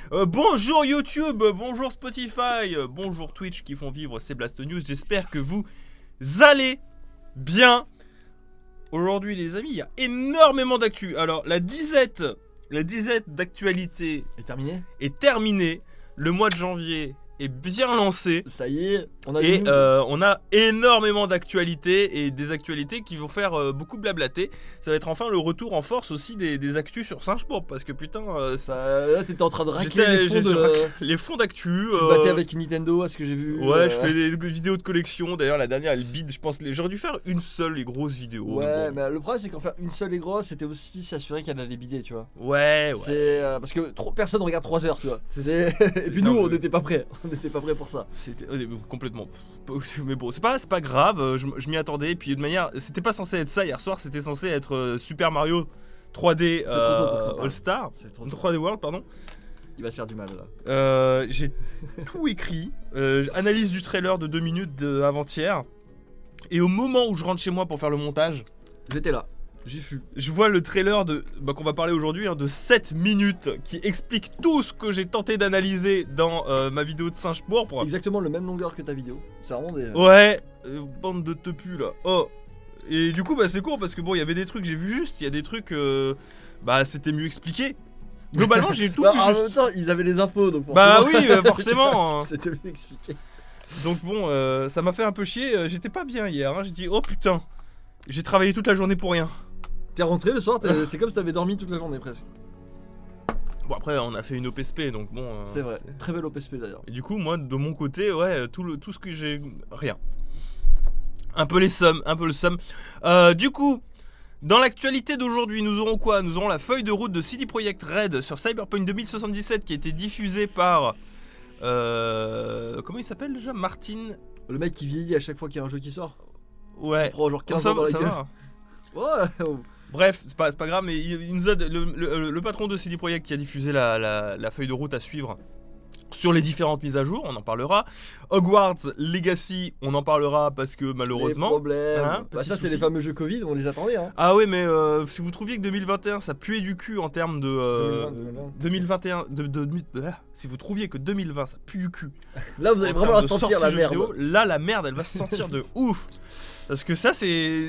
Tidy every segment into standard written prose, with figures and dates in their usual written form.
Bonjour YouTube, bonjour Spotify, bonjour Twitch qui font vivre ces Blast News. J'espère que vous allez bien. Aujourd'hui les amis, il y a énormément d'actu. Alors la disette d'actualité est terminée. Le mois de janvier est bien lancé. Ça y est, on a et on a énormément d'actualités et des actualités qui vont faire beaucoup blablater. Ça va être enfin le retour en force aussi des actus sur Singe-Pourpre parce que putain, là t'étais en train de racler les fonds d'actu. Tu battais avec Nintendo, à ce que j'ai vu. Ouais, je fais des vidéos de collection. D'ailleurs, la dernière elle bide. Je pense que j'aurais dû faire une seule et grosse vidéo. Ouais, mais le problème c'est qu'en faire une seule et grosse, c'était aussi s'assurer qu'elle allait bider, tu vois. Ouais. C'est parce que personne regarde 3 heures, tu vois. Et puis nous, on n'était pas prêts. On n'était pas prêts pour ça. C'était complètement. Mais bon, c'est pas grave. Je m'y attendais. Et puis de manière, c'était pas censé être ça hier soir. C'était censé être Super Mario 3D All Star. 3D World, pardon. Il va se faire du mal là. J'ai tout écrit. Analyse du trailer de 2 minutes avant-hier. Et au moment où je rentre chez moi pour faire le montage, j'étais là. J'y fus. Je vois le trailer qu'on va parler aujourd'hui, de 7 minutes qui explique tout ce que j'ai tenté d'analyser dans ma vidéo de Singe-Pourpre. Exactement le même longueur que ta vidéo. C'est vraiment des. Ouais, bande de teupus là. Oh. Et du coup, c'est court parce que bon, il y avait des trucs, j'ai vu juste, il y a des trucs, c'était mieux expliqué. Globalement, j'ai tout vu en juste. même temps, ils avaient les infos donc. Oui, forcément. C'était bien expliqué. Donc bon, ça m'a fait un peu chier. J'étais pas bien hier. J'ai dit, oh putain, j'ai travaillé toute la journée pour rien. T'es rentré le soir, c'est comme si t'avais dormi toute la journée presque. Bon après on a fait une OPSP donc bon. C'est vrai, très belle OPSP d'ailleurs. Et du coup moi de mon côté tout ce que j'ai, rien. Un peu le seum. Du coup dans l'actualité d'aujourd'hui nous aurons quoi? Nous aurons la feuille de route de CD Projekt Red sur Cyberpunk 2077 qui a été diffusée par comment il s'appelle déjà? Martin. Le mec qui vieillit à chaque fois qu'il y a un jeu qui sort. Ouais. Il prend genre 15 ans dans la gueule. Ouais. Bref, c'est pas grave, mais il nous a le patron de CD Projekt qui a diffusé la feuille de route à suivre sur les différentes mises à jour, on en parlera. Hogwarts Legacy, on en parlera parce que malheureusement. Les problèmes. Ça, c'est les fameux jeux Covid, on les attendait. Hein. Ah ouais, mais si vous trouviez que 2021 ça puait du cul en termes de. 2021. Si vous trouviez que 2020 ça pue du cul. Là, vous allez vraiment la sentir la merde. Là, la merde, elle va se sentir de ouf. Parce que ça,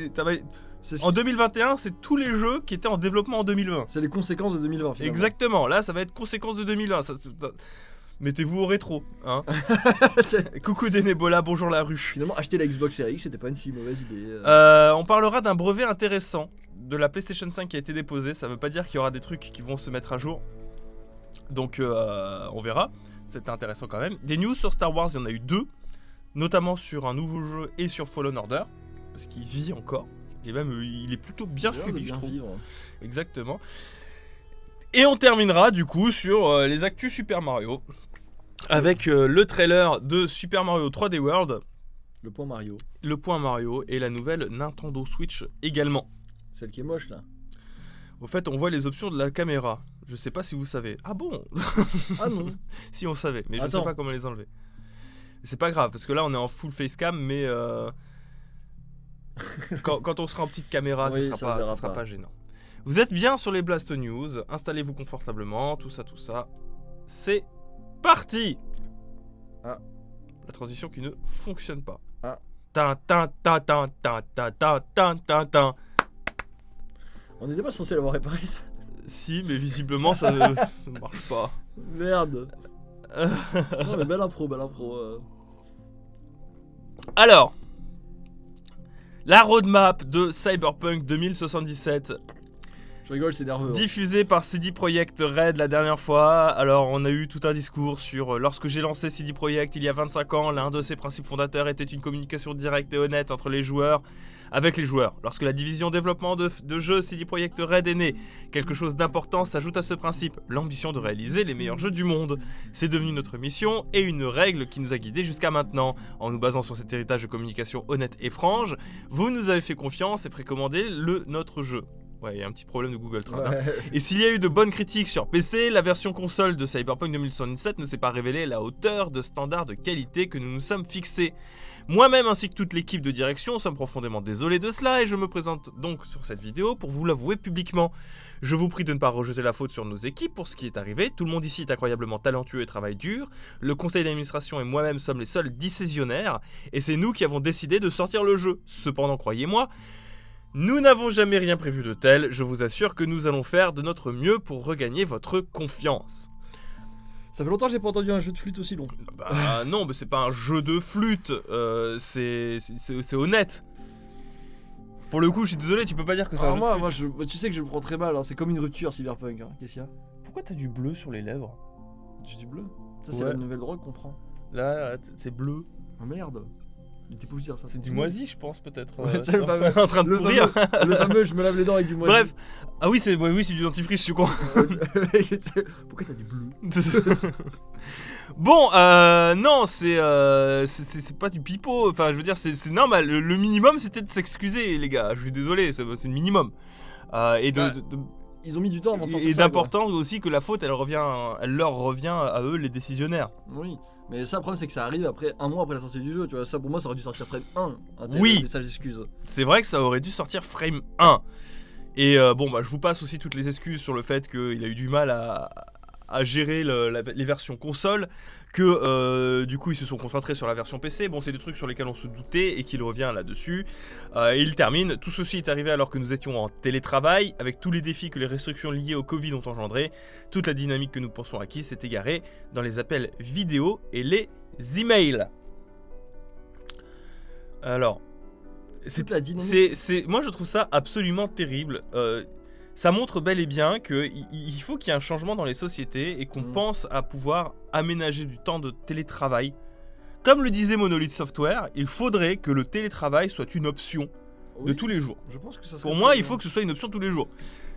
en 2021, c'est tous les jeux qui étaient en développement en 2020. C'est les conséquences de 2020 finalement. Exactement, là ça va être conséquences de 2020. Mettez-vous au rétro, hein. Coucou Denebola, bonjour la rue. Finalement, acheter la Xbox Series X, c'était pas une si mauvaise idée. On parlera d'un brevet intéressant de la PlayStation 5 qui a été déposé. Ça veut pas dire qu'il y aura des trucs qui vont se mettre à jour. Donc on verra. C'était intéressant quand même. Des news sur Star Wars, il y en a eu 2. Notamment sur un nouveau jeu et sur Fallen Order. Parce qu'il vit encore. Et même il est plutôt bien suivi, je trouve. Exactement. Et on terminera du coup sur les actus Super Mario. Avec le trailer de Super Mario 3D World. Le point Mario. Le point Mario et la nouvelle Nintendo Switch également. Celle qui est moche là. Au fait, on voit les options de la caméra. Je sais pas si vous savez. Ah bon? Ah non. Si on savait, mais je sais pas comment les enlever. C'est pas grave parce que là on est en full facecam, mais quand on sera en petite caméra, ça sera pas gênant. Vous êtes bien sur les Blast News, installez-vous confortablement, tout ça. C'est parti. Ah. La transition qui ne fonctionne pas. Ah. On n'était pas censé l'avoir réparé ça. Si, mais visiblement ça ne marche pas. Merde. Non mais belle impro. Alors, la roadmap de Cyberpunk 2077. Je rigole, c'est nerveux. Diffusée par CD Projekt Red la dernière fois. Alors, on a eu tout un discours sur lorsque j'ai lancé CD Projekt il y a 25 ans, l'un de ses principes fondateurs était une communication directe et honnête entre les joueurs. Avec les joueurs. Lorsque la division développement de jeux CD Projekt Red est née, quelque chose d'important s'ajoute à ce principe, l'ambition de réaliser les meilleurs jeux du monde. C'est devenu notre mission et une règle qui nous a guidés jusqu'à maintenant. En nous basant sur cet héritage de communication honnête et franche, vous nous avez fait confiance et précommandé notre jeu. Ouais, il y a un petit problème de Google Trad. Ouais. Et s'il y a eu de bonnes critiques sur PC, la version console de Cyberpunk 2077 ne s'est pas révélée à la hauteur de standards de qualité que nous nous sommes fixés. Moi-même ainsi que toute l'équipe de direction sommes profondément désolés de cela et je me présente donc sur cette vidéo pour vous l'avouer publiquement. Je vous prie de ne pas rejeter la faute sur nos équipes pour ce qui est arrivé. Tout le monde ici est incroyablement talentueux et travaille dur. Le conseil d'administration et moi-même sommes les seuls décisionnaires et c'est nous qui avons décidé de sortir le jeu. Cependant, croyez-moi, nous n'avons jamais rien prévu de tel. Je vous assure que nous allons faire de notre mieux pour regagner votre confiance. Ça fait longtemps que j'ai pas entendu un jeu de flûte aussi long. Bah non, mais c'est pas un jeu de flûte, c'est honnête. Pour le coup, je suis désolé, tu peux pas dire que c'est un jeu de flûte. Tu sais que je le prends très mal, hein. C'est comme une rupture Cyberpunk. Hein. Qu'est-ce qu'il y a? Pourquoi t'as du bleu sur les lèvres? J'ai du bleu. Ça, c'est Ouais. la nouvelle drogue qu'on prend. Là, c'est bleu. Oh merde. Il était pour dire ça. C'est du moisi, je pense, peut-être. Ouais, c'est le fameux- en train de pourrir. Le fameux, je me lave les dents avec du moisi. Bref. Ah oui, c'est du dentifrice, je suis con. Pourquoi t'as du bleu? Bon, non, c'est pas du pipeau. Enfin, je veux dire, c'est normal. Le minimum, c'était de s'excuser, les gars. Je suis désolé, c'est le minimum. Et Ils ont mis du temps avant de sortir et ça. d'important aussi que la faute, elle leur revient à eux, les décisionnaires. Oui. Mais ça, le problème, c'est que ça arrive après un mois après la sortie du jeu. Tu vois, ça pour moi, ça aurait dû sortir Frame 1. Oui. Message d'excuses. C'est vrai que ça aurait dû sortir Frame 1. Et bon, bah, je vous passe aussi toutes les excuses sur le fait qu'il a eu du mal à gérer les versions console, que du coup ils se sont concentrés sur la version PC. Bon, c'est des trucs sur lesquels on se doutait et qu'il revient là-dessus. Et il termine: tout ceci est arrivé alors que nous étions en télétravail, avec tous les défis que les restrictions liées au Covid ont engendré. Toute la dynamique que nous pensons acquise s'est égarée dans les appels vidéo et les emails. Alors, Toute la dynamique. moi je trouve ça absolument terrible. Ça montre bel et bien qu'il faut qu'il y ait un changement dans les sociétés et qu'on pense à pouvoir aménager du temps de télétravail. Comme le disait Monolith Software, il faudrait que le télétravail soit une option de tous les jours. Je pense que ça serait Pour moi, il faut que ce soit une option tous les jours.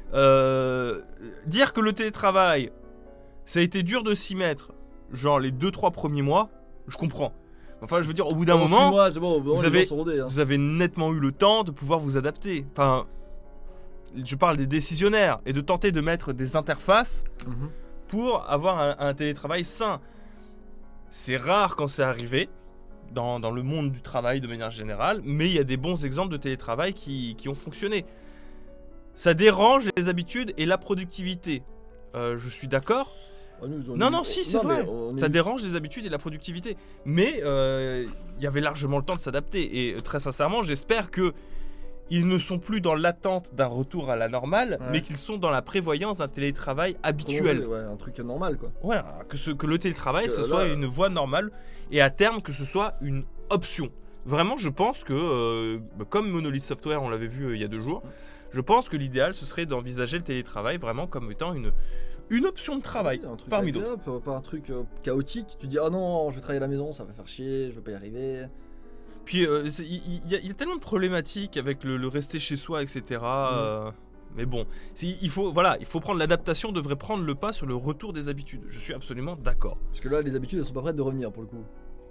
Dire que le télétravail, ça a été dur de s'y mettre, genre les 2-3 premiers mois, je comprends. Enfin, je veux dire, au bout d'un Pendant moment, 6 mois, c'est bon, vous avez nettement eu le temps de pouvoir vous adapter. Enfin, je parle des décisionnaires et de tenter de mettre des interfaces pour avoir un télétravail sain. C'est rare quand c'est arrivé dans le monde du travail de manière générale, mais il y a des bons exemples de télétravail qui ont fonctionné. Ça dérange les habitudes et la productivité. Je suis d'accord. Non, si, c'est vrai. Ça dérange les habitudes et la productivité. Mais il y avait largement le temps de s'adapter. Et très sincèrement, j'espère que ils ne sont plus dans l'attente d'un retour à la normale, mais qu'ils sont dans la prévoyance d'un télétravail habituel. Ouais, un truc normal, quoi. Ouais, que le télétravail, soit une voie normale, et à terme, que ce soit une option. Vraiment, je pense que, comme Monolith Software, on l'avait vu il y a 2 jours, je pense que l'idéal, ce serait d'envisager le télétravail vraiment comme étant une option de travail, parmi d'autres. Pas un truc chaotique. Tu dis, ah non, je vais travailler à la maison, ça va faire chier, je vais pas y arriver. Puis il y a tellement de problématiques avec le rester chez soi, etc. Mais bon, il faut prendre l'adaptation, devrait prendre le pas sur le retour des habitudes. Je suis absolument d'accord. Parce que là, les habitudes, elles sont pas prêtes de revenir pour le coup.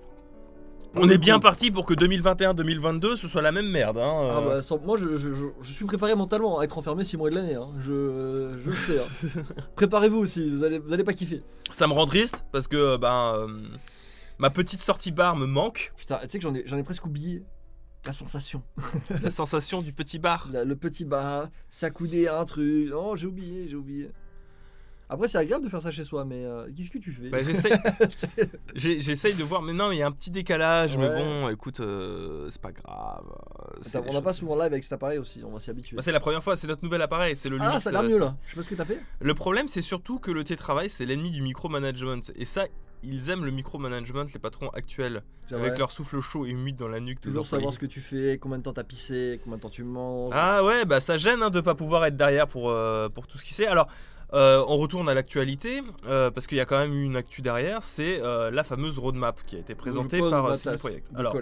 On est bien parti pour que 2021-2022 ce soit la même merde. Ah bah, moi je suis préparé mentalement à être enfermé 6 mois de l'année. Hein. Je le sais. Hein. Préparez-vous aussi, vous allez pas kiffer. Ça me rend triste parce que ma petite sortie bar me manque. Putain, tu sais que j'en ai presque oublié la sensation. La sensation du petit bar. Le petit bar, s'accouder à un truc. Oh, j'ai oublié. Après, c'est agréable de faire ça chez soi, mais qu'est-ce que tu fais? Bah, j'essaye de voir, mais non, il y a un petit décalage, mais bon, écoute, c'est pas grave. On n'a pas souvent live avec cet appareil aussi, on va s'y habituer. Bah, c'est la première fois, c'est notre nouvel appareil, c'est le Lumix. Ah, ça a l'air mieux là, je sais pas ce que t'as fait. Le problème, c'est surtout que le télétravail, c'est l'ennemi du micromanagement, et ça, ils aiment le micromanagement, les patrons actuels, avec leur souffle chaud et humide dans la nuque. Toujours savoir ce que tu fais, combien de temps t'as pissé, combien de temps tu manges. Ah ouais, bah ça gêne de pas pouvoir être derrière pour tout ce qui c'est. Alors, on retourne à l'actualité, parce qu'il y a quand même une actu derrière, c'est la fameuse roadmap qui a été présentée par CD Projekt. Alors,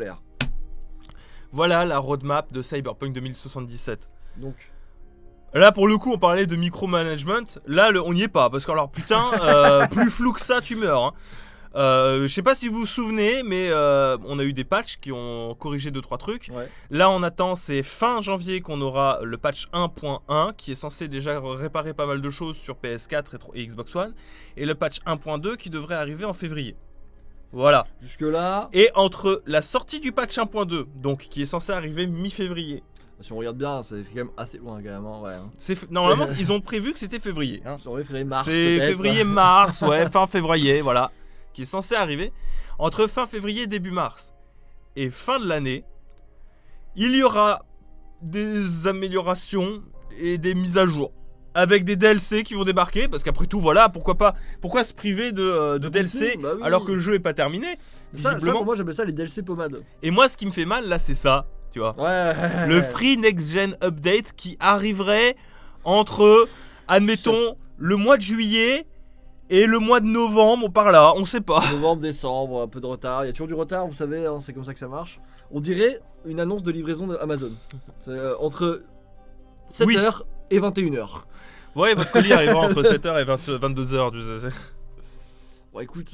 voilà la roadmap de Cyberpunk 2077. Donc... Là, pour le coup, on parlait de micromanagement. Là, on n'y est pas, parce que alors putain, plus flou que ça, tu meurs. Hein. Je sais pas si vous vous souvenez, mais on a eu des patchs qui ont corrigé 2-3 trucs. Ouais. Là, on attend, c'est fin janvier qu'on aura le patch 1.1 qui est censé déjà réparer pas mal de choses sur PS4 et Xbox One, et le patch 1.2 qui devrait arriver en février. Voilà. Jusque-là, Et entre la sortie du patch 1.2, donc qui est censé arriver mi-février, si on regarde bien, c'est quand même assez loin quand même. Hein, ouais. Hein. normalement ils ont prévu que c'était février. Hein. Janvier, février, mars. C'est peut-être. février-mars, ouais, fin février, voilà, qui est censé arriver. Entre fin février et début mars et fin de l'année, il y aura des améliorations et des mises à jour. Avec des DLC qui vont débarquer, parce qu'après tout, voilà, pourquoi se priver de DLC bah oui. alors que le jeu est pas terminé, Ça visiblement. pour moi, j'appelle ça les DLC pommades. Et moi, ce qui me fait mal, là, c'est ça, tu vois. Ouais. Le Free Next Gen Update qui arriverait entre, admettons, le mois de juillet et le mois de novembre, par là, on sait pas. Novembre, décembre, un peu de retard. Il y a toujours du retard, vous savez, hein, c'est comme ça que ça marche. On dirait une annonce de livraison d'Amazon. Entre 7h Oui. et 21h. Ouais, votre colis arrivera entre 7h et 22h, tu sais. Bon, écoute,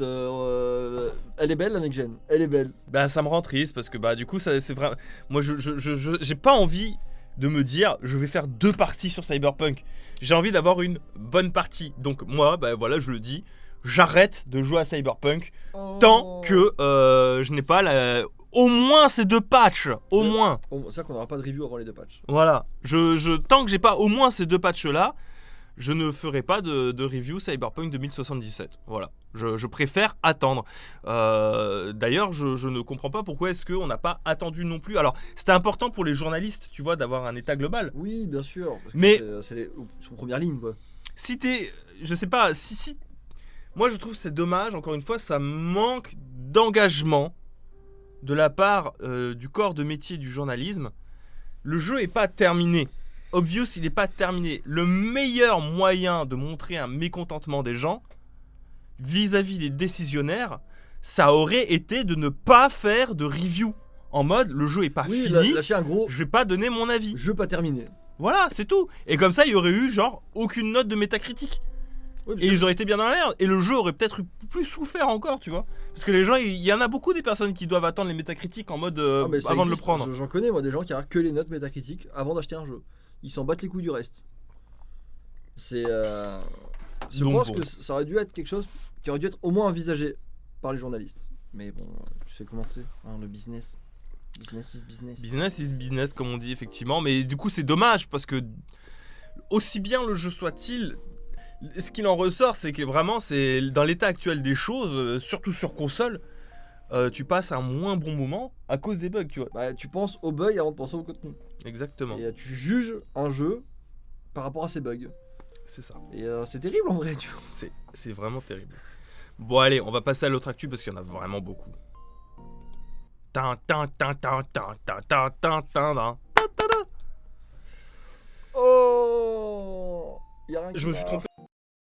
elle est belle la next gen. Elle est belle. Bah, ça me rend triste parce que, bah, du coup, ça, c'est vrai. Moi, j'ai pas envie de me dire, je vais faire 2 parties sur Cyberpunk. J'ai envie d'avoir une bonne partie. Donc, moi, bah, voilà, je le dis, j'arrête de jouer à Cyberpunk tant que je n'ai pas au moins ces 2 patchs. Au moins. C'est vrai qu'on n'aura pas de review avant les 2 patchs. Voilà. Tant que j'ai pas au moins ces 2 patchs-là, je ne ferai pas de review Cyberpunk 2077. Voilà. Je préfère attendre. D'ailleurs, je ne comprends pas pourquoi est-ce qu'on n'a pas attendu non plus. Alors, c'était important pour les journalistes, tu vois, d'avoir un état global. Oui, bien sûr. Parce que Mais- c'est sur première ligne, quoi. Si t'es... Je sais pas, si... Moi, je trouve que c'est dommage, encore une fois, ça manque d'engagement de la part du corps de métier du journalisme. Le jeu est pas terminé. Obvious, il n'est pas terminé. Le meilleur moyen de montrer un mécontentement des gens vis-à-vis des décisionnaires, ça aurait été de ne pas faire de review. En mode, le jeu est pas Oui, fini, lâcher un gros je vais pas donner mon avis. jeu pas terminé. Voilà, c'est tout. Et comme ça, il y aurait eu genre aucune note de métacritique. Oui, Et ils auraient été bien dans l'air. Et le jeu aurait peut-être plus souffert encore, tu vois. Parce que les gens, il y en a beaucoup des personnes qui doivent attendre les métacritiques en mode Ah, mais ça avant de le existe. prendre. J'en connais moi des gens qui regardent que les notes métacritiques avant d'acheter un jeu. Ils s'en battent les couilles du reste. C'est. Je Donc pense bon. que ça aurait dû être quelque chose qui aurait dû être au moins envisagé par les journalistes. Mais bon, tu sais comment c'est, hein, le business. Business is business. Business is business, comme on dit effectivement. Mais du coup, c'est dommage parce que aussi bien le jeu soit-il, ce qu'il en ressort, c'est que vraiment, c'est dans l'état actuel des choses, surtout sur console, tu passes un moins bon moment à cause des bugs, tu vois. Bah, tu penses aux bugs avant de penser au contenu. Exactement. Et tu juges un jeu par rapport à ses bugs. C'est ça. Et c'est terrible en vrai, tu vois. C'est vraiment terrible. Bon, allez, on va passer à l'autre actu parce qu'il y en a vraiment beaucoup. Tin, tin, tin, tin, tin, tin, tin, tin, tin, tin. Oh, y a rien qui Je me suis va. trompé.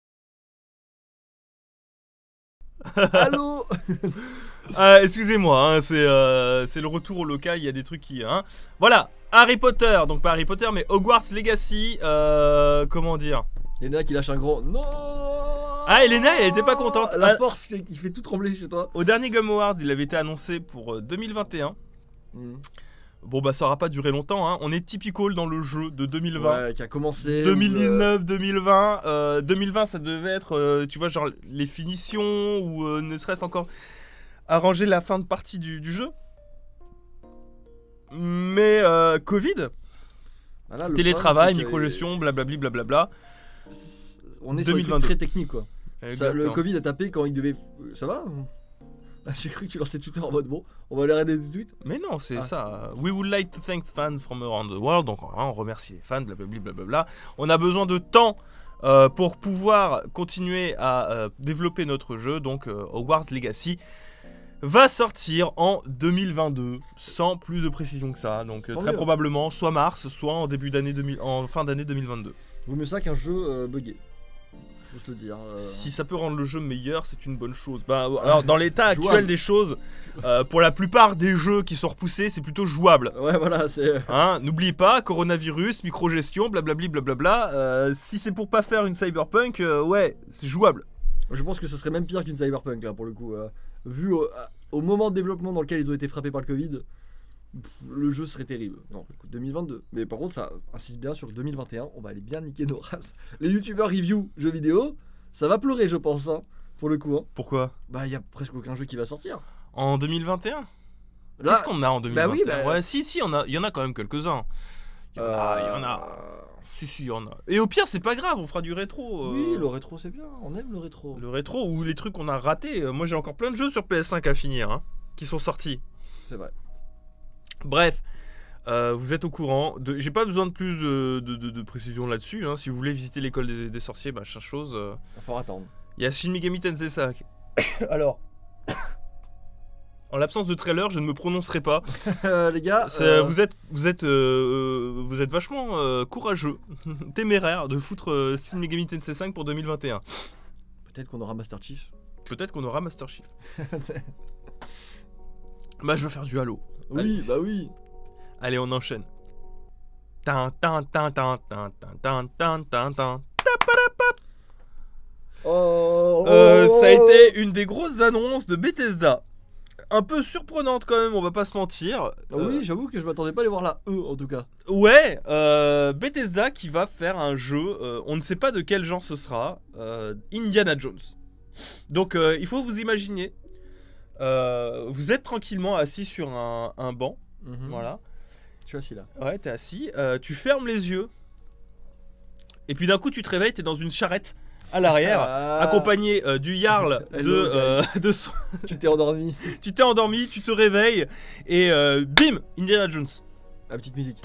Allô. Excusez-moi, hein, c'est le retour au local, il y a des trucs qui... Hein. Voilà, Harry Potter, donc pas Harry Potter, mais Hogwarts Legacy, comment dire. Léna qui lâche un grand non. Ah, Elena, elle était pas contente. La Ah. force qui fait tout trembler chez toi. Au dernier Game Awards, il avait été annoncé pour 2021. Bon, bah ça aura pas duré longtemps, hein. On est typical dans le jeu de 2020. Ouais, qui a commencé. 2019, 2020, 2020 ça devait être, tu vois, genre les finitions ou ne serait-ce encore arranger la fin de partie du jeu. Mais Covid, Voilà, le télétravail, problème, c'est que, micro-gestion, blablabli, blablabla. On est sur des 2022. trucs très techniques quoi. Ça, le Exactement. Covid a tapé quand il devait. Ça va. Ah, j'ai cru que tu lançais Twitter en mode bon, on va aller arrêter des tweets. Mais non, c'est Ah. ça. We would like to thank fans from around the world. Donc on remercie les fans, blablabli, blablabla. On a besoin de temps pour pouvoir continuer à développer notre jeu. Donc Hogwarts Legacy va sortir en 2022, sans plus de précision que ça. Donc Tant très mieux. probablement soit mars, soit en début d'année en fin d'année 2022. Vaut mieux ça qu'un jeu buggé. Faut se le dire. Si ça peut rendre le jeu meilleur, c'est une bonne chose. Bah, alors dans l'état Jouable. actuel des choses, pour la plupart des jeux qui sont repoussés, c'est plutôt jouable. Ouais, voilà, c'est. Hein, n'oubliez pas, coronavirus, micro-gestion, blablabli, blablabla. Si c'est pour pas faire une cyberpunk, ouais, c'est jouable. Je pense que ce serait même pire qu'une Cyberpunk là pour le coup. Vu au moment de développement dans lequel ils ont été frappés par le Covid, le jeu serait terrible. Non, écoute, 2022. Mais par contre, ça insiste bien sur 2021. On va aller bien niquer nos races. Les youtubeurs review jeux vidéo, ça va pleurer, je pense. Hein. pour le coup. Hein. Pourquoi? Bah, il y a presque aucun jeu qui va sortir. En 2021? Là, Qu'est-ce qu'on a en 2021? bah oui, bah- Ouais, si, il y en a quand même quelques-uns. Il y en a. Si, il y en a. Et au pire, c'est pas grave, on fera du rétro. Oui, le rétro c'est bien, on aime le rétro. Le rétro ou les trucs qu'on a ratés. Moi, j'ai encore plein de jeux sur PS5 à finir, hein, qui sont sortis. C'est vrai. Bref, vous êtes au courant. J'ai pas besoin de plus de précision là-dessus. Hein. Si vous voulez visiter l'école des sorciers, machin chose. Il va falloir attendre. Il y a Shin Megami Tensei 5. Alors, en l'absence de trailer, je ne me prononcerai pas. Les gars, Vous êtes vachement courageux, téméraire de foutre Shin Megami Tensei 5 pour 2021. peut-être qu'on aura Master Chief. Peut-être qu'on aura Master Chief. Bah, je vais faire du Halo. Oui, bah oui. Allez, on enchaîne. Tin, tin, tin, tin, tin, tin, tin, tin, tin. Ça a été une des grosses annonces de Bethesda. Un peu surprenante quand même, on va pas se mentir. Oui, j'avoue que je m'attendais pas à les voir là, eux en tout cas. Ouais, Bethesda qui va faire un jeu, on ne sait pas de quel genre ce sera, Indiana Jones. Donc il faut vous imaginer, vous êtes tranquillement assis sur un banc, voilà. Je suis assis là. Ouais, t'es assis, tu fermes les yeux, et puis d'un coup tu te réveilles, t'es dans une charrette à l'arrière, accompagné du Jarl de son... Tu t'es endormi. Tu t'es endormi, tu te réveilles, et bim, Indiana Jones. La petite musique.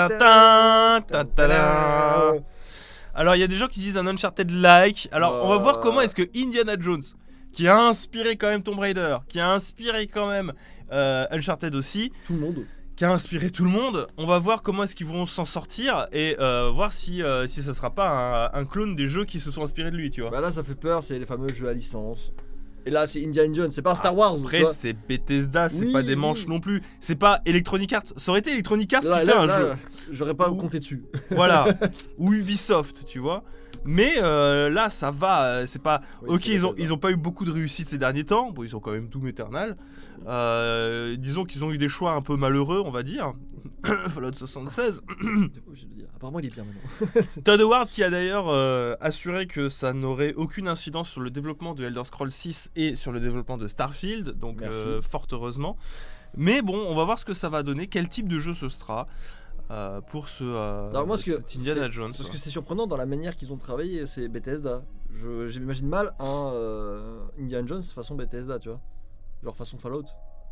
Alors il y a des gens qui disent un Uncharted-like. Alors on va voir comment est-ce que Indiana Jones, qui a inspiré quand même Tomb Raider, qui a inspiré quand même Uncharted aussi, tout le monde, qui a inspiré tout le monde, on va voir comment est-ce qu'ils vont s'en sortir et voir si ça sera pas un clone des jeux qui se sont inspirés de lui, tu vois. Bah là ça fait peur, c'est les fameux jeux à licence. Et là c'est Indiana Jones, c'est pas un Star Wars. Après c'est Bethesda, c'est pas des manches non plus. C'est pas Electronic Arts. Ça aurait été Electronic Arts qui fait un jeu. J'aurais pas compté dessus. Voilà. Ou Ubisoft, tu vois. Mais là ça va, c'est pas... Oui, ok, ils ont pas eu beaucoup de réussite ces derniers temps. Bon, ils ont quand même Doom Eternal. Disons qu'ils ont eu des choix un peu malheureux, on va dire. Fallout 76. Apparemment il est bien maintenant. Todd Howard qui a d'ailleurs assuré que ça n'aurait aucune incidence sur le développement de Elder Scrolls 6 et sur le développement de Starfield, donc fort heureusement. Mais bon, on va voir ce que ça va donner, quel type de jeu ce sera pour cet Indiana Jones. Parce que c'est surprenant dans la manière qu'ils ont travaillé, c'est Bethesda. J'imagine mal un Indiana Jones façon Bethesda, tu vois. Genre façon Fallout.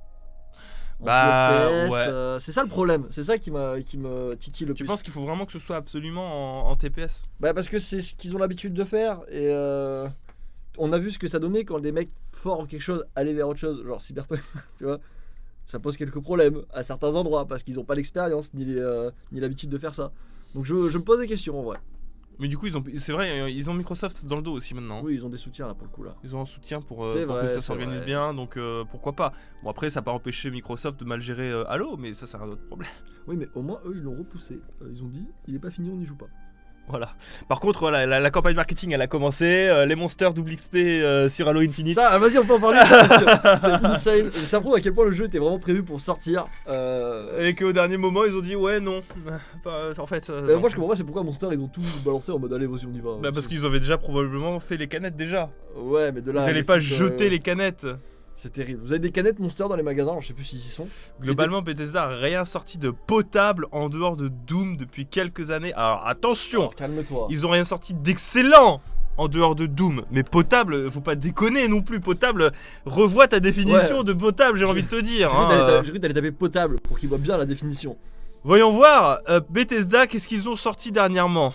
Bah FPS, ouais. C'est ça le problème, c'est ça qui me titille le plus. Tu penses qu'il faut vraiment que ce soit absolument en TPS? Bah parce que c'est ce qu'ils ont l'habitude de faire et on a vu ce que ça donnait quand des mecs forts en quelque chose allaient vers autre chose, genre Cyberpunk, tu vois. Ça pose quelques problèmes à certains endroits parce qu'ils n'ont pas l'expérience ni l'habitude de faire ça. Donc je me pose des questions en vrai. Mais du coup, c'est vrai, ils ont Microsoft dans le dos aussi maintenant. Oui, ils ont des soutiens là pour le coup là. Ils ont un soutien pour vrai, que ça s'organise bien, donc pourquoi pas. Bon après, ça n'a pas empêché Microsoft de mal gérer Halo, mais ça c'est un autre problème. Oui, mais au moins eux ils l'ont repoussé. Ils ont dit, il est pas fini, on n'y joue pas. Voilà. Par contre, voilà, la campagne marketing elle a commencé. Les monsters double XP sur Halo Infinite. Ça, vas-y, on peut en parler. C'est insane. Ça prouve à quel point le jeu était vraiment prévu pour sortir. Et qu'au dernier moment, ils ont dit ouais, non. En fait. Moi, je comprends pas, c'est pourquoi Monster ils ont tout balancé en mode allez, vas-y, on y va. Bah, parce qu'ils avaient déjà probablement fait les canettes déjà. Ouais, mais de là. Vous allez pas jeter les canettes. C'est terrible. Vous avez des canettes Monster dans les magasins, je sais plus s'ils y sont. Globalement, Bethesda a rien sorti de potable en dehors de Doom depuis quelques années. Alors attention, alors, calme-toi. Ils ont rien sorti d'excellent en dehors de Doom. Mais potable, faut pas déconner non plus. Potable, revois ta définition de potable, j'ai envie de te dire. J'ai cru d'aller taper potable pour qu'ils voient bien la définition. Voyons voir, Bethesda, qu'est-ce qu'ils ont sorti dernièrement?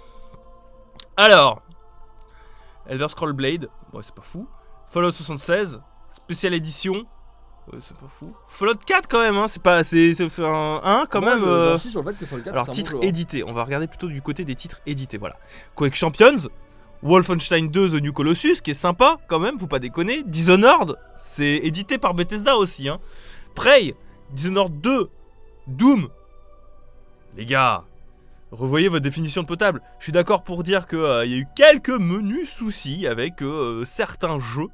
Alors, Elder Scrolls Blade, ouais, c'est pas fou. Fallout 76. Spécial édition, ouais, c'est pas fou. Fallout 4 quand même, hein, c'est un quand même. Sur le fait que Fallout 4, alors titre édité, on va regarder plutôt du côté des titres édités, voilà. Quake Champions, Wolfenstein 2 The New Colossus, qui est sympa quand même, faut pas déconner. Dishonored, c'est édité par Bethesda aussi, hein. Prey, Dishonored 2, Doom. Les gars, revoyez votre définition de potable. Je suis d'accord pour dire qu'il y a eu quelques menus soucis avec certains jeux.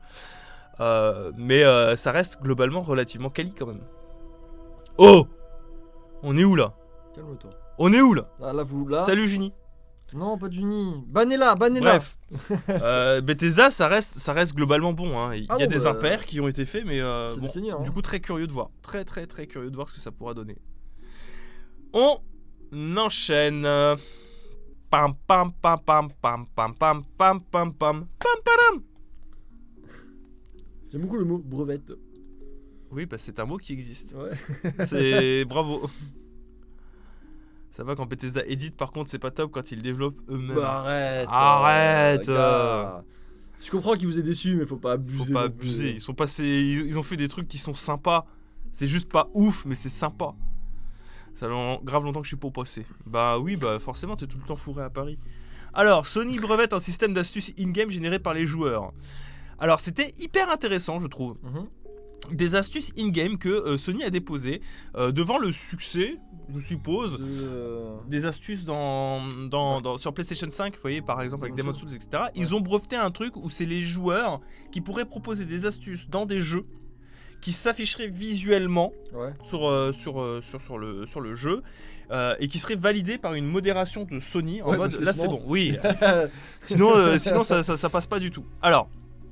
Mais ça reste globalement relativement quali quand même. Oh! On est où là? Calme-toi. On est où là? Là, vous, là. Salut Juni. Non, pas d'Uni. Bannez-la. Bref, Bethesda, ça reste globalement bon. Hein. Il y a des impairs qui ont été faits, mais c'est des seigneurs, du coup, très curieux de voir. Très, très, très curieux de voir ce que ça pourra donner. On enchaîne. Pam, pam, pam, pam, pam, pam, pam, pam, pam, pam, pam. J'aime beaucoup le mot brevette. Oui, bah c'est un mot qui existe. Ouais. C'est bravo. Ça va quand Bethesda édite, par contre, c'est pas top quand ils développent eux-mêmes. Bah Arrête gars. Je comprends qu'il vous ait déçu, mais faut pas abuser. Faut pas abuser. Ils sont passés, ils ont fait des trucs qui sont sympas. C'est juste pas ouf, mais c'est sympa. Ça fait grave longtemps que je suis pas au passé. Bah oui, bah forcément, t'es tout le temps fourré à Paris. Alors, Sony brevette un système d'astuces in-game généré par les joueurs. Alors, c'était hyper intéressant, je trouve. Des astuces in-game que Sony a déposées devant le succès, je suppose, des astuces sur PlayStation 5, vous voyez, par exemple avec Demon's Souls, etc. Ils ont breveté un truc où c'est les joueurs qui pourraient proposer des astuces dans des jeux qui s'afficheraient visuellement sur le jeu et qui seraient validées par une modération de Sony en mode là c'est bon, oui. sinon ça passe pas du tout. Alors,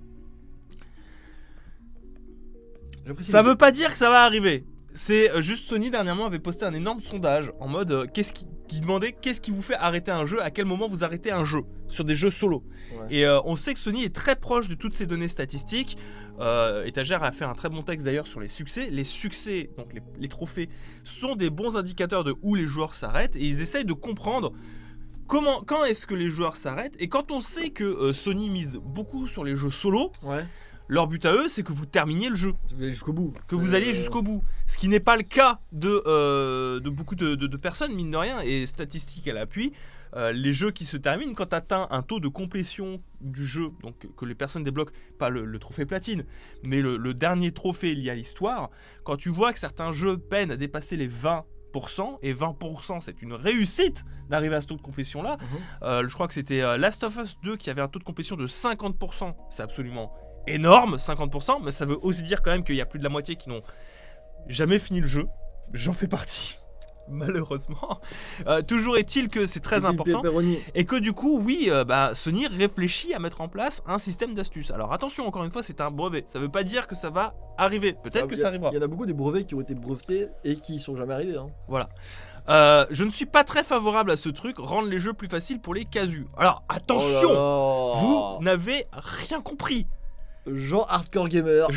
ça veut pas dire que ça va arriver. C'est juste Sony dernièrement avait posté un énorme sondage en mode qui demandait qu'est-ce qui vous fait arrêter un jeu, à quel moment vous arrêtez un jeu sur des jeux solo. Et on sait que Sony est très proche de toutes ces données statistiques. Étagère a fait un très bon texte d'ailleurs sur les succès. Les succès, donc les trophées, sont des bons indicateurs de où les joueurs s'arrêtent et ils essayent de comprendre quand est-ce que les joueurs s'arrêtent. Et quand on sait que Sony mise beaucoup sur les jeux solo, leur but à eux, c'est que vous terminiez le jeu. Vous allez jusqu'au bout. Que vous alliez jusqu'au bout. Ce qui n'est pas le cas de beaucoup de personnes, mine de rien, et statistiques à l'appui. Les jeux qui se terminent quand tu atteins un taux de complétion du jeu, donc que les personnes débloquent, pas le trophée platine, mais le dernier trophée lié à l'histoire, quand tu vois que certains jeux peinent à dépasser les 20%, et 20% c'est une réussite d'arriver à ce taux de complétion là. Je crois que c'était Last of Us 2 qui avait un taux de complétion de 50%, c'est absolument énorme, 50%, mais ça veut aussi dire quand même qu'il y a plus de la moitié qui n'ont jamais fini le jeu. J'en fais partie, malheureusement. Toujours est-il que c'est très important et que du coup, oui, Sony réfléchit à mettre en place un système d'astuces. Alors attention, encore une fois, c'est un brevet. Ça veut pas dire que ça va arriver. Peut-être que ça arrivera. Il y en a beaucoup des brevets qui ont été brevetés et qui sont jamais arrivés. Hein. Voilà. Je ne suis pas très favorable à ce truc, rendre les jeux plus faciles pour les casus. Alors attention, vous n'avez rien compris. Jean Hardcore Gamer.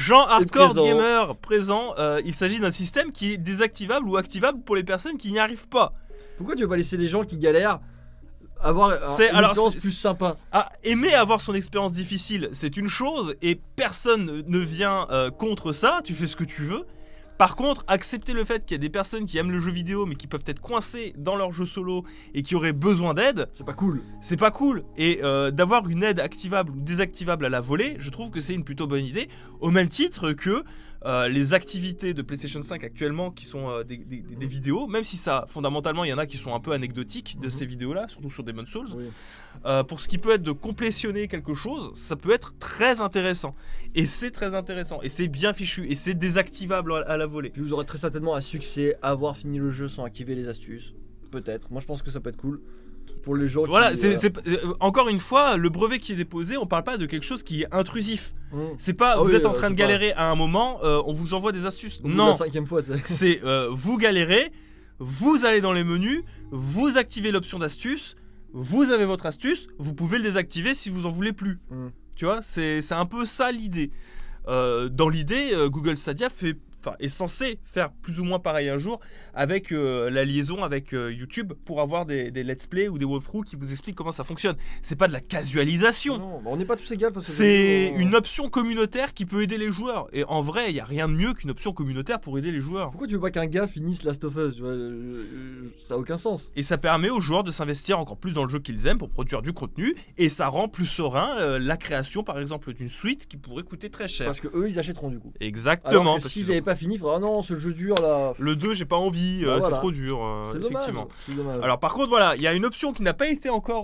Présent. Il s'agit d'un système qui est désactivable ou activable pour les personnes qui n'y arrivent pas. Pourquoi tu veux pas laisser les gens qui galèrent avoir une expérience plus sympa? Aimer avoir son expérience difficile, c'est une chose et personne ne vient contre ça. Tu fais ce que tu veux. Par contre, accepter le fait qu'il y a des personnes qui aiment le jeu vidéo mais qui peuvent être coincées dans leur jeu solo et qui auraient besoin d'aide, c'est pas cool. C'est pas cool. Et d'avoir une aide activable ou désactivable à la volée, je trouve que c'est une plutôt bonne idée. Au même titre que les activités de PlayStation 5 actuellement qui sont des vidéos, même si ça, fondamentalement, il y en a qui sont un peu anecdotiques de ces vidéos-là, surtout sur Demon's Souls. Pour ce qui peut être de complétionner quelque chose, ça peut être très intéressant. Et c'est très intéressant. Et c'est bien fichu. Et c'est désactivable à la volée. Puis vous aurez très certainement un succès à avoir fini le jeu sans activer les astuces. Peut-être. Moi je pense que ça peut être cool. Pour les gens qui... encore une fois, le brevet qui est déposé, on parle pas de quelque chose qui est intrusif. C'est pas vous êtes en train de galérer à un moment, on vous envoie des astuces. Non, la 5e fois, c'est vous galérez, vous allez dans les menus, vous activez l'option d'astuce, vous avez votre astuce, vous pouvez le désactiver si vous en voulez plus. Tu vois, c'est un peu ça l'idée. Dans l'idée, Google Stadia est censé faire plus ou moins pareil un jour avec la liaison avec YouTube pour avoir des let's play ou des walkthroughs qui vous expliquent comment ça fonctionne. C'est pas de la casualisation. Non, on n'est pas tous égaux. C'est une option communautaire qui peut aider les joueurs. Et en vrai, il y a rien de mieux qu'une option communautaire pour aider les joueurs. Pourquoi tu veux pas qu'un gars finisse Last of Us? Ça a aucun sens. Et ça permet aux joueurs de s'investir encore plus dans le jeu qu'ils aiment pour produire du contenu. Et ça rend plus serein la création, par exemple, d'une suite qui pourrait coûter très cher. Parce que eux, ils achèteront du coup. Exactement. Alors que s'ils n'avaient pas fini, il faudra non, ce jeu dur là. Le 2, j'ai pas envie, c'est trop dur. C'est effectivement. Dommage. Alors par contre, voilà, il y a une option qui n'a pas été encore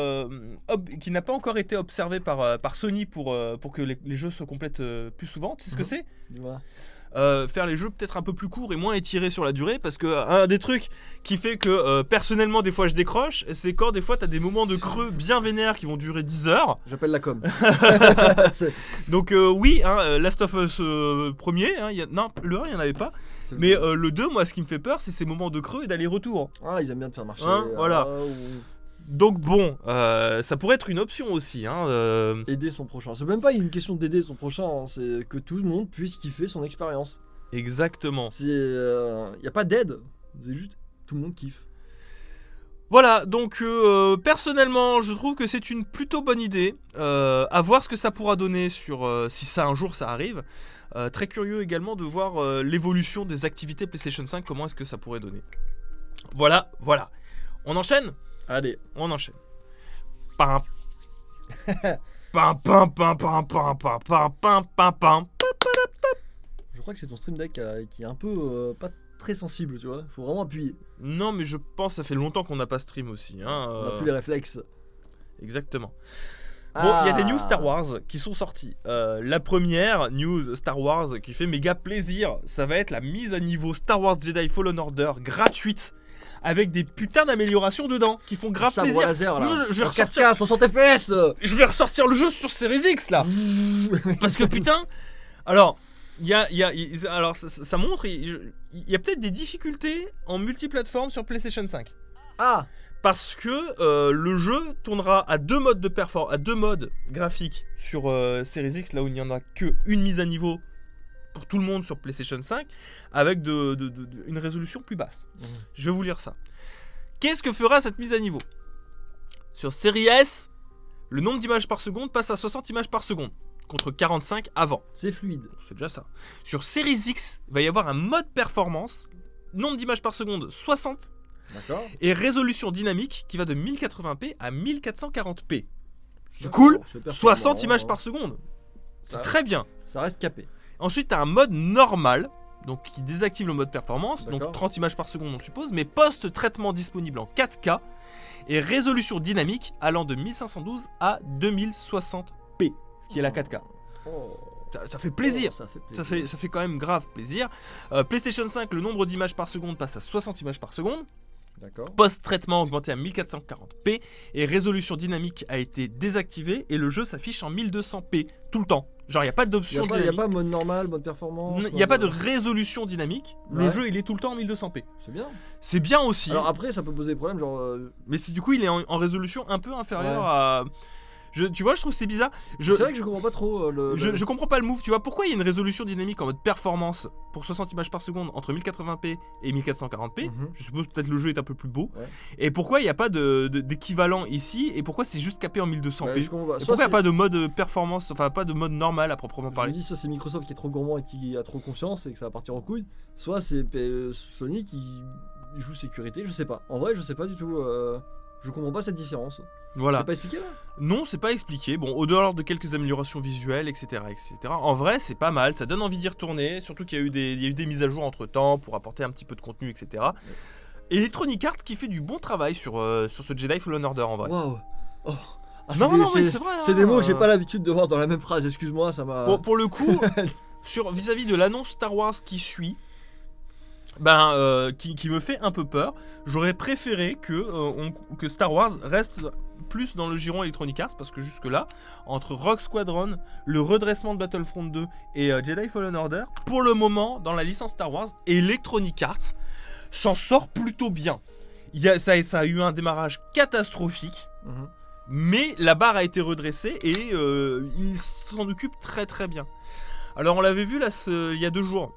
été observée par Sony pour que les jeux se complètent plus souvent. Tu sais ce que c'est ? faire les jeux peut-être un peu plus courts et moins étirés sur la durée, parce que un des trucs qui fait que personnellement des fois je décroche, c'est quand des fois t'as des moments de creux bien vénères qui vont durer 10 heures. J'appelle la com. Donc oui, hein, Last of Us premier, hein, non le 1 il n'y en avait pas, mais le 2 moi ce qui me fait peur c'est ces moments de creux et d'aller-retour. Ah, ils aiment bien te faire marcher. Hein, voilà. Donc bon, ça pourrait être une option aussi. Hein, Aider son prochain. C'est même pas une question d'aider son prochain, hein, c'est que tout le monde puisse kiffer son expérience. Exactement. Il n'y a pas d'aide, c'est juste tout le monde kiffe. Voilà, donc personnellement, je trouve que c'est une plutôt bonne idée. À voir ce que ça pourra donner sur si ça un jour ça arrive. Très curieux également de voir l'évolution des activités PlayStation 5, comment est-ce que ça pourrait donner. Voilà. On enchaîne ? Allez, on enchaîne. Pam. Pam pam pam pam pam pam pam pam pam pam. je crois que c'est ton stream deck qui est un peu pas très sensible, tu vois. Faut vraiment appuyer. Non, mais je pense que ça fait longtemps qu'on n'a pas stream aussi. Hein, On a plus les réflexes. Exactement. Bon, il y a des news Star Wars qui sont sorties. La première news Star Wars qui fait méga plaisir, ça va être la mise à niveau Star Wars Jedi Fallen Order gratuite. Avec des putains d'améliorations dedans qui font grave plaisir. Laser, là. Je vais 4K, 60 FPS. Je vais ressortir le jeu sur Series X là. Parce que putain. Alors, alors ça montre, il y a peut-être des difficultés en multiplateforme sur PlayStation 5. Ah. Parce que le jeu tournera à deux modes de performance, à deux modes graphiques sur Series X, là où il n'y en a qu'une mise à niveau pour tout le monde sur PlayStation 5, avec une résolution plus basse. Je vais vous lire ça. Qu'est-ce que fera cette mise à niveau ? Sur Series S, le nombre d'images par seconde passe à 60 images par seconde, contre 45 avant. C'est fluide. C'est déjà ça. Sur Series X, il va y avoir un mode performance, nombre d'images par seconde 60, d'accord, et résolution dynamique qui va de 1080p à 1440p. C'est cool, 60 images par seconde. C'est très bien. Ça reste capé. Ensuite, tu as un mode normal, donc qui désactive le mode performance, d'accord, donc 30 images par seconde on suppose, mais post-traitement disponible en 4K et résolution dynamique allant de 1512 à 2060p, ce qui est la 4K. Ça fait plaisir. Ça fait quand même grave plaisir. PlayStation 5, le nombre d'images par seconde passe à 60 images par seconde. D'accord. Post-traitement augmenté à 1440p et résolution dynamique a été désactivée et le jeu s'affiche en 1200p tout le temps. Genre il n'y a pas d'option dynamique. Il n'y a pas mode normal, mode performance. Il n'y a pas de résolution dynamique. Ouais. Le jeu il est tout le temps en 1200p. C'est bien. C'est bien aussi. Alors après ça peut poser des problèmes genre. Mais du coup il est en résolution un peu inférieure à... tu vois, je trouve que c'est bizarre. C'est vrai que je comprends pas trop Je comprends pas le move. Tu vois, pourquoi il y a une résolution dynamique en mode performance pour 60 images par seconde entre 1080p et 1440p. Je suppose peut-être le jeu est un peu plus beau. Ouais. Et pourquoi il n'y a pas d'équivalent ici. Et pourquoi c'est juste capé en 1200p. Et pourquoi il n'y a pas de mode performance, enfin pas de mode normal à proprement parler. Je me dis soit c'est Microsoft qui est trop gourmand et qui a trop confiance et que ça va partir en couille. Soit c'est Sony qui joue sécurité, je sais pas. En vrai, je sais pas du tout. Je comprends pas cette différence. Voilà. C'est pas expliqué là ? Non, c'est pas expliqué. Bon, au-delà de quelques améliorations visuelles, etc., etc. En vrai, c'est pas mal. Ça donne envie d'y retourner. Surtout qu'il y a eu des mises à jour entre temps pour apporter un petit peu de contenu, etc. Ouais. Electronic Arts qui fait du bon travail sur ce Jedi Fallen Order en vrai. Waouh. Oh. Non, c'est vrai. C'est des mots que j'ai pas l'habitude de voir dans la même phrase. Excuse-moi, ça m'a. Pour le coup, vis-à-vis de l'annonce Star Wars qui suit. Qui me fait un peu peur. J'aurais préféré que Star Wars reste plus dans le giron Electronic Arts parce que jusque là, entre Rogue Squadron, le redressement de Battlefront 2 et Jedi Fallen Order, pour le moment, dans la licence Star Wars, Electronic Arts s'en sort plutôt bien. Ça a eu un démarrage catastrophique, mais la barre a été redressée et il s'en occupe très très bien. Alors on l'avait vu là il y a 2 jours.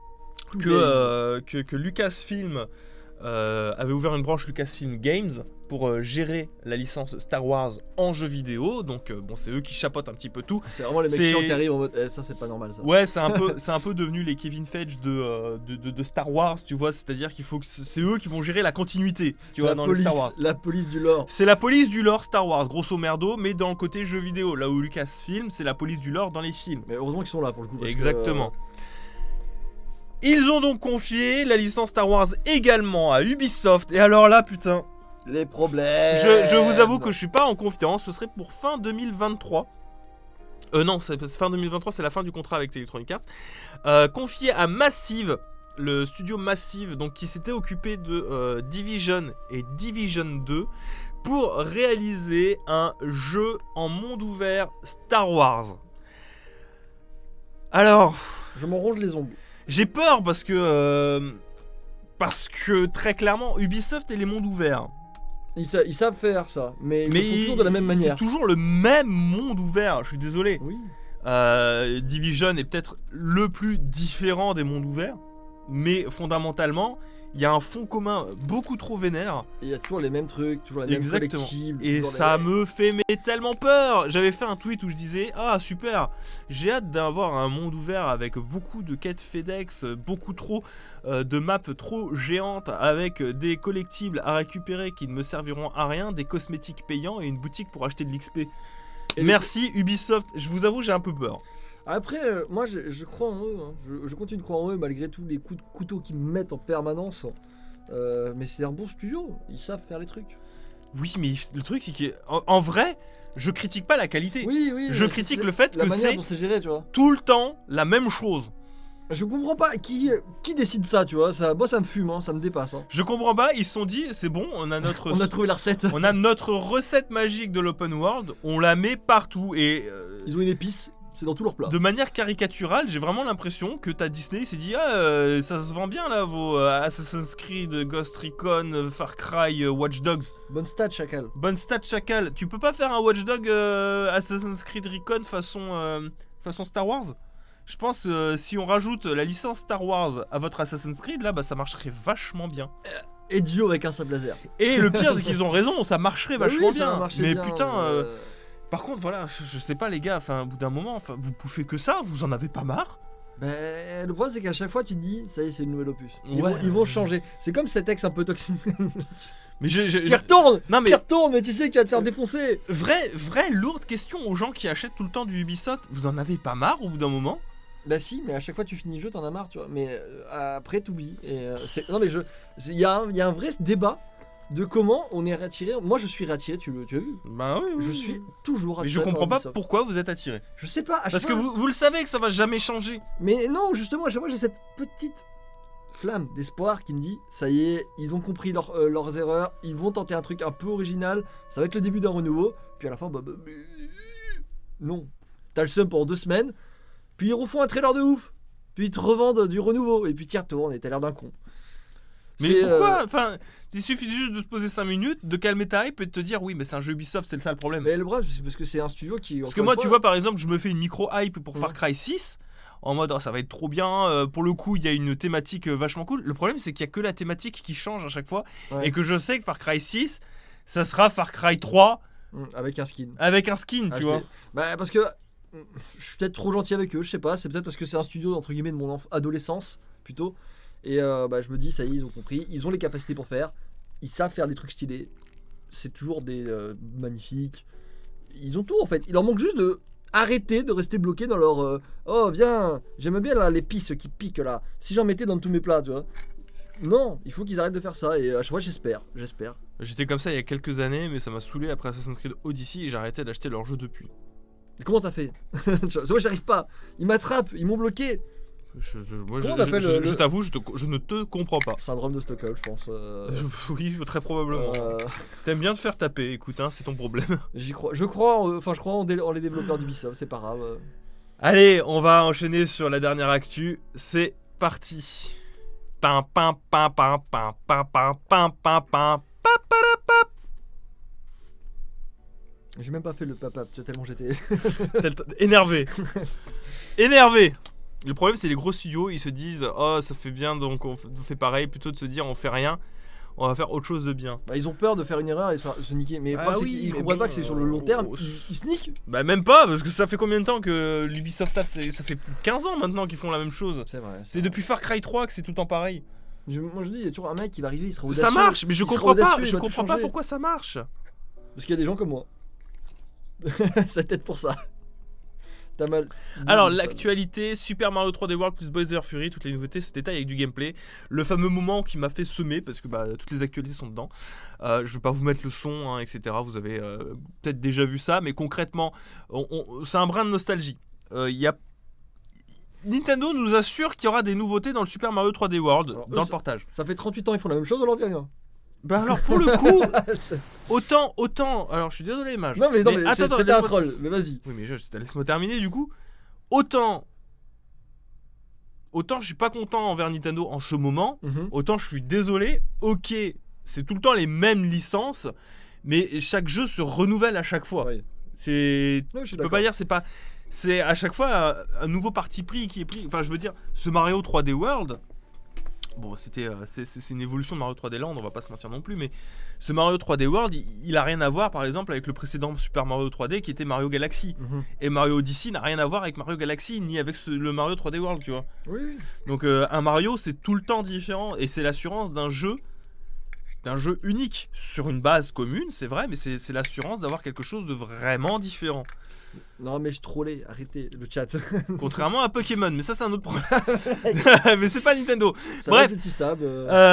Que Lucasfilm avait ouvert une branche Lucasfilm Games pour gérer la licence Star Wars en jeu vidéo. Donc c'est eux qui chapeautent un petit peu tout. C'est vraiment les mecs chiants qui arrivent en mode ça c'est pas normal ça. Ouais, c'est un peu devenu les Kevin Feige de Star Wars, tu vois, c'est-à-dire qu'il faut que c'est eux qui vont gérer la continuité, tu vois, dans le Star Wars. La police du lore. C'est la police du lore Star Wars, grosso merdo, mais dans le côté jeu vidéo, là où Lucasfilm, c'est la police du lore dans les films. Mais heureusement qu'ils sont là pour le coup. Exactement. Ils ont donc confié la licence Star Wars également à Ubisoft. Et alors là, putain, les problèmes. Je vous avoue que je suis pas en confiance. Ce serait pour fin 2023. Non, c'est fin 2023, c'est la fin du contrat avec Electronic Arts. Confié à Massive, le studio Massive, donc qui s'était occupé de Division et Division 2 pour réaliser un jeu en monde ouvert Star Wars. Alors, Je m'en ronge les ongles. j'ai peur parce que très clairement Ubisoft et les mondes ouverts. Ils savent faire ça, mais ils le font toujours de la même manière. C'est toujours le même monde ouvert, je suis désolé. Oui. Division est peut-être le plus différent des mondes ouverts, mais fondamentalement, il y a un fond commun beaucoup trop vénère. Il y a toujours les mêmes trucs, toujours les mêmes collectibles. Et ça me fait tellement peur. J'avais fait un tweet où je disais ah super, j'ai hâte d'avoir un monde ouvert avec beaucoup de quêtes FedEx, beaucoup trop de maps trop géantes avec des collectibles à récupérer qui ne me serviront à rien, des cosmétiques payants et une boutique pour acheter de l'XP. Merci Ubisoft, je vous avoue j'ai un peu peur. Après, moi je crois en eux, hein. Je continue de croire en eux malgré tous les coups de couteau qu'ils me mettent en permanence. Mais c'est un bon studio, ils savent faire les trucs. Oui, mais le truc c'est qu'en vrai, je critique pas la qualité. Oui, je critique le fait la que manière c'est dont c'est géré, tu vois. tout le temps la même chose. Je comprends pas qui décide ça, tu vois. Moi ça me fume, hein, ça me dépasse. Hein. Je comprends pas, ils se sont dit c'est bon, on a notre On a trouvé la recette. on a notre recette magique de l'open world, on la met partout et Ils ont une épice, c'est dans tous leurs plats. de manière caricaturale, j'ai vraiment l'impression que t'as Disney s'est dit ah ça se vend bien là vos Assassin's Creed, Ghost Recon, Far Cry, Watch Dogs. Bonne stat, chacal. Bonne stat chacal. Tu peux pas faire un Watch Dog Assassin's Creed Recon façon Star Wars? Je pense si on rajoute la licence Star Wars à votre Assassin's Creed là bah ça marcherait vachement bien. Et Dio avec un sable laser. Et le pire c'est qu'ils ont raison, ça marcherait Bah oui, vachement ça va bien. marcher Mais bien, putain par contre voilà, je sais pas les gars, enfin au bout d'un moment, vous bouffez que ça, vous en avez pas marre? Ben, le problème c'est qu'à chaque fois tu te dis ça y est c'est une nouvelle opus. Ouais. Ils vont changer. C'est comme cet ex un peu toxique. Mais Tu y retournes. Non mais Tu y retournes mais tu sais que tu vas te faire défoncer. vraie lourde question aux gens qui achètent tout le temps du Ubisoft, vous en avez pas marre au bout d'un moment? Bah si, mais à chaque fois tu finis le jeu t'en as marre, tu vois. Mais après t'oublies. Non mais il y a un vrai débat de comment on est réattiré. Moi je suis réattiré, tu as vu. Bah oui. Je suis toujours Mais attiré. je comprends par pas Ubisoft. pourquoi vous êtes attiré. Je sais pas. Parce que vous le savez que ça va jamais changer. Mais non, justement, à chaque fois j'ai cette petite flamme d'espoir qui me dit ça y est, ils ont compris leurs erreurs, ils vont tenter un truc un peu original, ça va être le début d'un renouveau, puis à la fin, non. T'as le seum pendant 2 semaines, puis ils refont un trailer de ouf, puis ils te revendent du renouveau, et puis t'y retournes et t'as l'air d'un con. Mais pourquoi Enfin, il suffit juste de se poser 5 minutes, de calmer ta hype et de te dire oui, mais c'est un jeu Ubisoft, c'est ça le problème. Mais le problème, c'est parce que c'est un studio qui. Parce que moi, tu vois, par exemple, je me fais une micro-hype pour Far Cry 6, en mode oh, ça va être trop bien, pour le coup, il y a une thématique vachement cool. Le problème, c'est qu'il y a que la thématique qui change à chaque fois, Ouais. et que je sais que Far Cry 6, ça sera Far Cry 3 Avec un skin. avec un skin, tu Acheté. vois. Bah, parce que. Je suis peut-être trop gentil avec eux, je sais pas, c'est peut-être parce que c'est un studio entre guillemets de mon adolescence plutôt. Et bah, je me dis, ça y est, ils ont compris, ils ont les capacités pour faire, ils savent faire des trucs stylés, c'est toujours des magnifiques. Ils ont tout en fait, il leur manque juste de arrêter de rester bloqués dans leur oh viens, j'aime bien là, l'épice qui pique là, si j'en mettais dans tous mes plats, tu vois. Non, il faut qu'ils arrêtent de faire ça et à chaque fois j'espère. J'étais comme ça il y a quelques années, mais ça m'a saoulé après Assassin's Creed Odyssey et j'ai arrêté d'acheter leurs jeux depuis. Et comment t'as fait? Moi j'arrive pas, ils m'attrapent, ils m'ont bloqué. Je t'avoue, je ne te comprends pas. Syndrome de Stockholm, je pense. Oui, très probablement. T'aimes bien te faire taper, écoute, hein, c'est ton problème. J'y crois. Je crois en les développeurs d'Ubisoft, c'est pas grave. Allez, on va enchaîner sur la dernière actu. C'est parti. Pam pam pam pam pam pam pam pam pam pam. J'ai même pas fait le pap-pap, tu vois, tellement j'étais. Énervé. Énervé. Le problème, c'est les gros studios, ils se disent oh ça fait bien donc on fait pareil, plutôt de se dire on fait rien, on va faire autre chose de bien. Bah, ils ont peur de faire une erreur et se niquer. Mais le problème, c'est qu'ils comprennent pas que c'est sur le long terme. Ils se niquent. Bah même pas, parce que ça fait combien de temps que l'Ubisoft ça fait plus de 15 ans maintenant qu'ils font la même chose. C'est vrai. C'est depuis Far Cry 3 que c'est tout le temps pareil. Moi je dis, il y a toujours un mec qui va arriver, il sera audacieux. Ça marche, mais je comprends pas. Je comprends pas changer. pourquoi ça marche. Parce qu'il y a des gens comme moi. C'est peut-être pour ça. T'as mal. Alors, ça. l'actualité, Super Mario 3D World plus Bowser Fury, toutes les nouveautés se détaillent avec du gameplay. Le fameux moment qui m'a fait semer, parce que toutes les actualités sont dedans. Je vais pas vous mettre le son, hein, etc. Vous avez peut-être déjà vu ça, mais concrètement, c'est un brin de nostalgie. Nintendo nous assure qu'il y aura des nouveautés dans le Super Mario 3D World, Alors, dans le portage. Ça fait 38 ans, ils font la même chose, on leur dit rien. Bah alors pour le coup, autant, alors je suis désolé Mage. Non, mais attends, c'était un laisse-moi- troll, mais vas-y. Oui mais laisse-moi terminer du coup. Autant je suis pas content envers Nintendo en ce moment, autant je suis désolé. Ok, c'est tout le temps les mêmes licences, mais chaque jeu se renouvelle à chaque fois. Ouais. C'est, Ouais, je suis je peux d'accord. pas dire c'est à chaque fois un nouveau parti pris qui est pris. Enfin je veux dire, ce Mario 3D World. Bon, c'est une évolution de Mario 3D Land, on va pas se mentir non plus, mais ce Mario 3D World, il a rien à voir par exemple avec le précédent Super Mario 3D qui était Mario Galaxy. Et Mario Odyssey n'a rien à voir avec Mario Galaxy ni avec le Mario 3D World, tu vois. Oui. Donc un Mario, c'est tout le temps différent et c'est l'assurance d'un jeu unique sur une base commune, c'est vrai, mais c'est l'assurance d'avoir quelque chose de vraiment différent. Non, mais je trollais, arrêtez le chat. Contrairement à Pokémon, mais ça c'est un autre problème. Mais c'est pas Nintendo. Ça Bref. reste des petits stabs.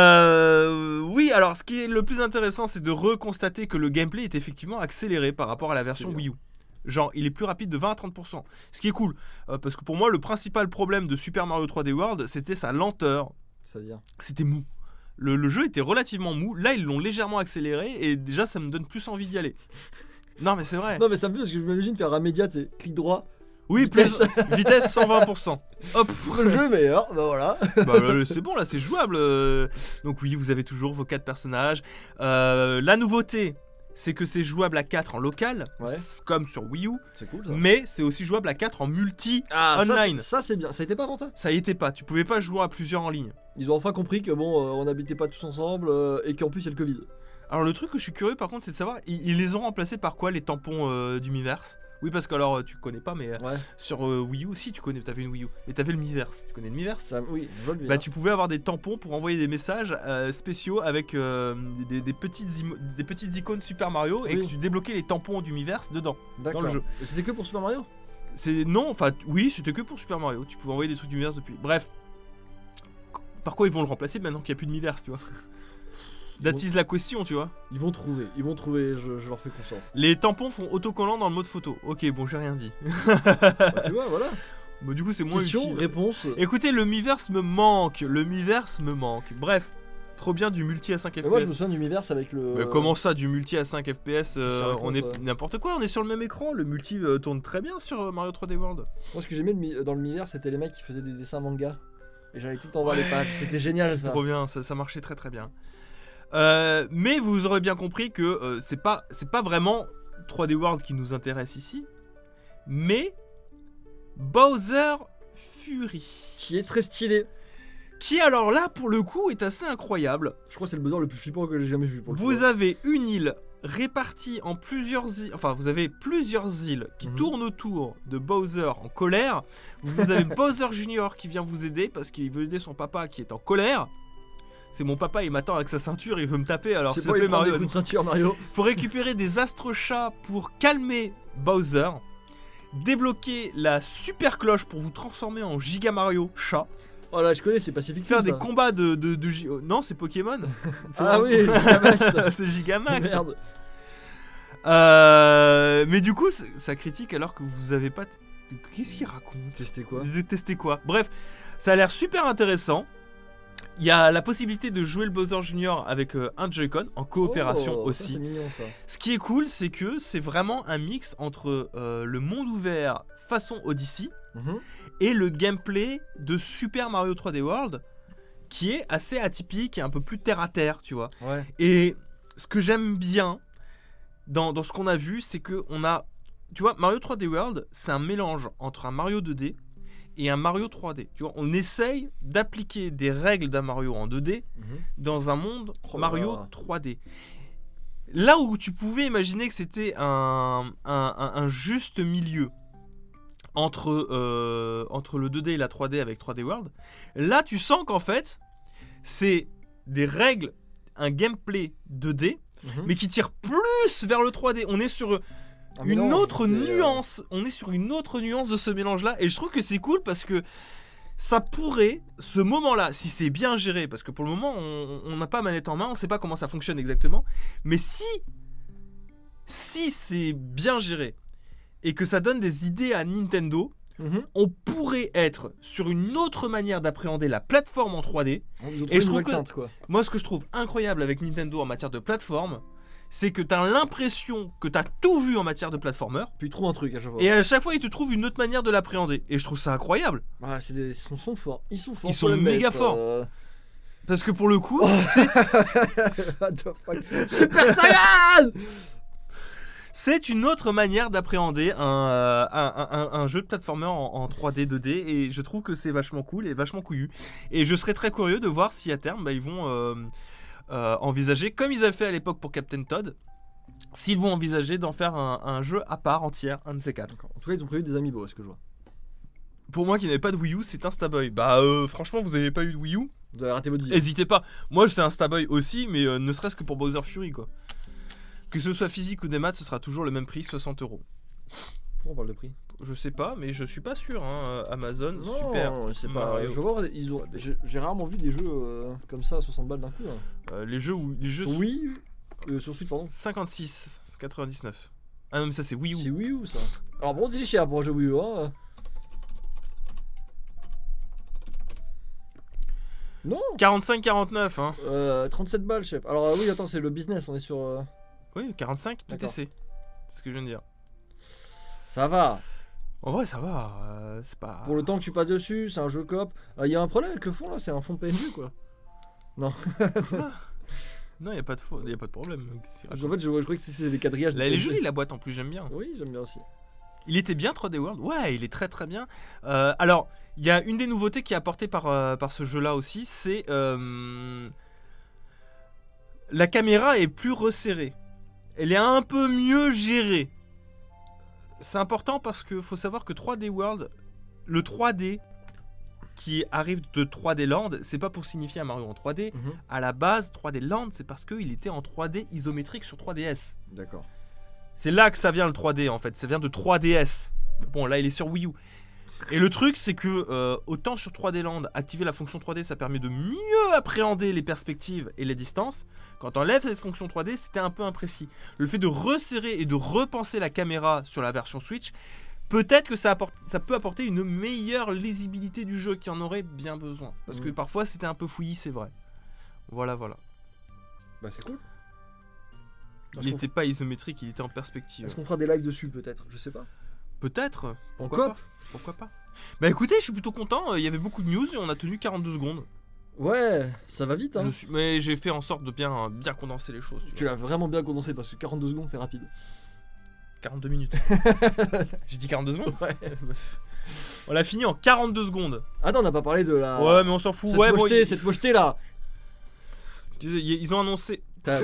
Oui, alors ce qui est le plus intéressant, c'est de reconstater que le gameplay est effectivement accéléré par rapport à la version Wii U. Genre, il est plus rapide de 20 à 30%. Ce qui est cool, parce que pour moi, le principal problème de Super Mario 3D World, c'était sa lenteur. C'est-à-dire C'était mou. Le jeu était relativement mou. Là, ils l'ont légèrement accéléré et déjà, ça me donne plus envie d'y aller. Non, mais c'est vrai. Non, mais ça me fait parce que je m'imagine faire un média, tu sais, clic droit. Oui, vitesse. Vitesse 120%. Hop. Le jeu est meilleur, bah voilà. C'est bon, là, c'est jouable. Donc oui, vous avez toujours vos 4 personnages. La nouveauté, c'est que c'est jouable à 4 en local, Ouais. comme sur Wii U, C'est cool ça. mais c'est aussi jouable à 4 en multi Ah, online. ça c'est bien. Ça a été pas avant ça. Ça y était pas, tu pouvais pas jouer à plusieurs en ligne. Ils ont enfin compris que bon, on n'habitait pas tous ensemble et qu'en plus il y a le Covid. Alors le truc que je suis curieux par contre, c'est de savoir, ils les ont remplacés par quoi les tampons du Miiverse? Oui, parce que alors tu connais pas, mais Ouais. sur Wii U, si tu connais, t'avais une Wii U, mais t'avais le Miiverse. Tu connais le Miiverse? Oui, je vois le Bah, tu pouvais avoir des tampons pour envoyer des messages spéciaux avec des petites icônes Super Mario et Oui. que tu débloquais les tampons du Miiverse dedans. D'accord. dans le jeu. Et c'était que pour Super Mario. Oui, c'était que pour Super Mario. Tu pouvais envoyer des trucs du Miiverse depuis. Bref, par quoi ils vont le remplacer maintenant qu'il n'y a plus de Miiverse, tu vois? D'attise la question, tu vois. Ils vont trouver, je leur fais confiance. Les tampons font autocollant dans le mode photo. Ok, bon, j'ai rien dit. Bah, tu vois, voilà. Bah, du coup, c'est moins Question, utile. réponse. Écoutez, le Miiverse me manque. Bref, trop bien du multi à 5 FPS. Mais moi je me souviens du Miiverse avec le. Mais comment ça, du multi à 5 FPS raconte, on est ça n'importe quoi, on est sur le même écran. Le multi tourne très bien sur Mario 3D World. Moi ce que j'aimais dans le Miiverse c'était les mecs qui faisaient des dessins manga. Et j'allais tout le temps voir les pages. C'était génial C'est ça. trop bien, ça marchait très très bien. Mais vous aurez bien compris que c'est pas vraiment 3D World qui nous intéresse ici, mais Bowser Fury. Qui est très stylé. Qui alors là pour le coup est assez incroyable. Je crois que c'est le buzzer le plus flippant que j'ai jamais vu pour le Vous coup. avez une île répartie en plusieurs îles, enfin vous avez plusieurs îles qui Mhm. tournent autour de Bowser en colère. Vous avez Bowser Junior qui vient vous aider parce qu'il veut aider son papa qui est en colère. C'est mon papa, il m'attend avec sa ceinture, il veut me taper, alors C'est s'il te pas plaît il prend des Mario. coups de ceinture Mario. Faut récupérer des astres-chats pour calmer Bowser. Débloquer la super cloche pour vous transformer en Giga Mario chat. Oh là je connais, c'est Pacific Faire Film, des ça. combats oh, non, c'est Pokémon. Ah oui, Gigamax. C'est Gigamax. Merde. Mais du coup, ça critique alors que vous avez pas. Qu'est-ce qu'il raconte? Tester quoi? Vous avez testé quoi? Bref, ça a l'air super intéressant. Il y a la possibilité de jouer le Bowser Junior avec un Joy-Con en coopération Oh, ça, aussi. c'est mignon ça. Ce qui est cool, c'est que c'est vraiment un mix entre le monde ouvert façon Odyssey Mhm. et le gameplay de Super Mario 3D World qui est assez atypique et un peu plus terre à terre, tu vois. Ouais. Et ce que j'aime bien dans ce qu'on a vu, c'est que on a, tu vois, Mario 3D World, c'est un mélange entre un Mario 2D et un Mario 3D. Tu vois, on essaye d'appliquer des règles d'un Mario en 2D Mhm. dans un monde Oh là Mario là. 3D. Là où tu pouvais imaginer que c'était un juste milieu entre le 2D et la 3D avec 3D World, là tu sens qu'en fait c'est des règles, un gameplay 2D Mhm. mais qui tire plus vers le 3D. On est sur une autre nuance. On est sur une autre nuance de ce mélange-là. Et je trouve que c'est cool parce que ça pourrait, ce moment-là, si c'est bien géré, parce que pour le moment, on n'a pas manette en main, on ne sait pas comment ça fonctionne exactement. Mais si c'est bien géré et que ça donne des idées à Nintendo, on pourrait être sur une autre manière d'appréhender la plateforme en 3D. Et je trouve que, moi, ce que je trouve incroyable avec Nintendo en matière de plateforme, c'est que t'as l'impression que t'as tout vu en matière de platformer. Puis ils trouvent un truc à chaque fois. Et à chaque fois, ils te trouvent une autre manière de l'appréhender. Et je trouve ça incroyable. Ah, ils sont forts. Ils sont forts. Ils sont méga forts. Parce que pour le coup, What the fuck. Super Saiyan. C'est une autre manière d'appréhender un jeu de platformer en 3D, 2D, et je trouve que c'est vachement cool et vachement couillu. Et je serais très curieux de voir si à terme ils vont envisager, comme ils avaient fait à l'époque pour Captain Todd, s'ils vont envisager d'en faire un jeu à part entière, un de ces quatre. En tout cas, ils ont prévu des amiibo, est-ce que je vois. Pour moi qui n'avais pas de Wii U, c'est Instaboy. Franchement, vous avez pas eu de Wii U, vous avez raté votre vie. N'hésitez pas. Moi, c'est Instaboy aussi, mais ne serait-ce que pour Bowser Fury, quoi. Que ce soit physique ou des maths, ce sera toujours le même prix, 60€. Pourquoi on parle de prix? Je sais pas, mais je suis pas sûr. Hein. Amazon, non, super. C'est pas. Je vois, j'ai rarement vu des jeux comme ça à 60 balles d'un coup. Hein. Les jeux sur Wii, sur Switch, pardon. 56,99. Ah non, mais ça c'est Wii U. C'est Wii U ça. Alors bon, il est cher pour un jeu Wii U. Hein. Non. 45,49. Hein. 37 balles, chef. Alors oui, attends, c'est le business. On est sur. Oui, 45 TTC. C'est ce que je viens de dire. Ça va. En vrai, ça va. C'est pas. Pour le temps que tu passes dessus, c'est un jeu coop. Il y a un problème avec le fond là, c'est un fond PNG quoi. Non. Non, y a pas de problème. En fait, je crois que c'est des quadrillages. Là, elle est jolie la boîte en plus, j'aime bien. Oui, j'aime bien aussi. Il était bien 3D World. Ouais, il est très très bien. Alors, il y a une des nouveautés qui est apportée par ce jeu-là aussi, c'est la caméra est plus resserrée. Elle est un peu mieux gérée. C'est important parce que faut savoir que 3D World, le 3D qui arrive de 3D Land, c'est pas pour signifier un Mario en 3D. À la base, 3D Land, c'est parce qu'il était en 3D isométrique sur 3DS. D'accord. C'est là que ça vient le 3D en fait, ça vient de 3DS. Bon, là il est sur Wii U. Et le truc c'est que autant sur 3D Land, activer la fonction 3D ça permet de mieux appréhender les perspectives et les distances. Quand on enlève cette fonction 3D, c'était un peu imprécis. Le fait de resserrer et de repenser la caméra sur la version Switch, peut-être que ça peut apporter une meilleure lisibilité du jeu qui en aurait bien besoin. Parce que parfois c'était un peu fouillis, c'est vrai. Voilà. Bah c'est cool. Il n'était pas isométrique, il était en perspective. Est-ce qu'on fera des lives dessus peut-être? Je sais pas. Peut-être. Pourquoi pas. Bah écoutez, je suis plutôt content. Il y avait beaucoup de news et on a tenu 42 secondes. Ouais, ça va vite. Hein. Mais j'ai fait en sorte de bien condenser les choses. Tu l'as vraiment bien condensé parce que 42 secondes c'est rapide. 42 minutes. J'ai dit 42 secondes. Ouais. On l'a fini en 42 secondes. Attends, on n'a pas parlé de la. Ouais, mais on s'en fout. Cette mocheté là. Ils ont annoncé.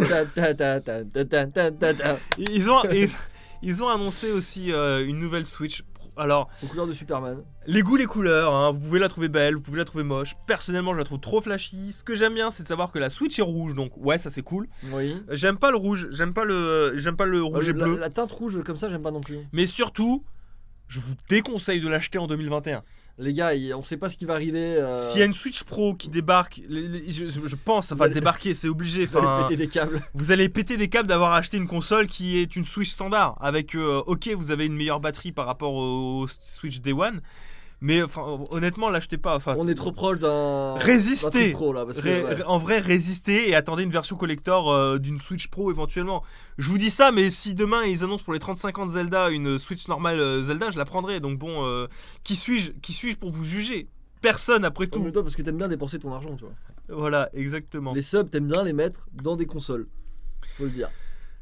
Ils ont annoncé aussi une nouvelle Switch. Alors, aux couleurs de Superman. Les goûts, les couleurs, hein, vous pouvez la trouver belle, vous pouvez la trouver moche. Personnellement, je la trouve trop flashy. Ce que j'aime bien, c'est de savoir que la Switch est rouge, donc ouais, ça c'est cool. Oui. J'aime pas le rouge, j'aime pas le rouge et bleu. La teinte rouge comme ça, j'aime pas non plus. Mais surtout, je vous déconseille de l'acheter en 2021. Les gars, on sait pas ce qui va arriver. S'il y a une Switch Pro qui débarque, je pense ça va débarquer, c'est obligé. Vous allez péter des câbles. Vous allez péter des câbles d'avoir acheté une console qui est une Switch standard. Avec, ok, vous avez une meilleure batterie par rapport au Switch Day One. Mais honnêtement, l'achetez pas. On est trop proche d'un. Résistez. Pro, là, parce que, En vrai, résistez et attendez une version collector d'une Switch Pro éventuellement. Je vous dis ça, mais si demain ils annoncent pour les 35 ans de Zelda une Switch normale Zelda, je la prendrai. Donc bon, qui suis-je pour vous juger? Personne après tout. Mais toi, parce que t'aimes bien dépenser ton argent, tu vois. Voilà, exactement. Les subs, t'aimes bien les mettre dans des consoles. Faut le dire.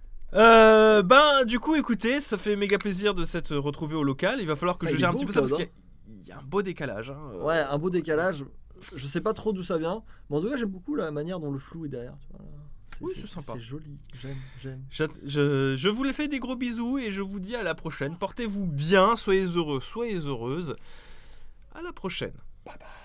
Du coup, écoutez, ça fait méga plaisir de s'être retrouvé au local. Il va falloir que je gère un petit peu ça parce qu'il y a un beau décalage. Hein. Ouais, un beau décalage. Je sais pas trop d'où ça vient. Mais en tout cas, j'aime beaucoup la manière dont le flou est derrière. Tu vois, là. Oui, c'est sympa. C'est joli. J'aime. Je vous les fais des gros bisous et je vous dis à la prochaine. Portez-vous bien, soyez heureux, soyez heureuses. À la prochaine. Bye bye.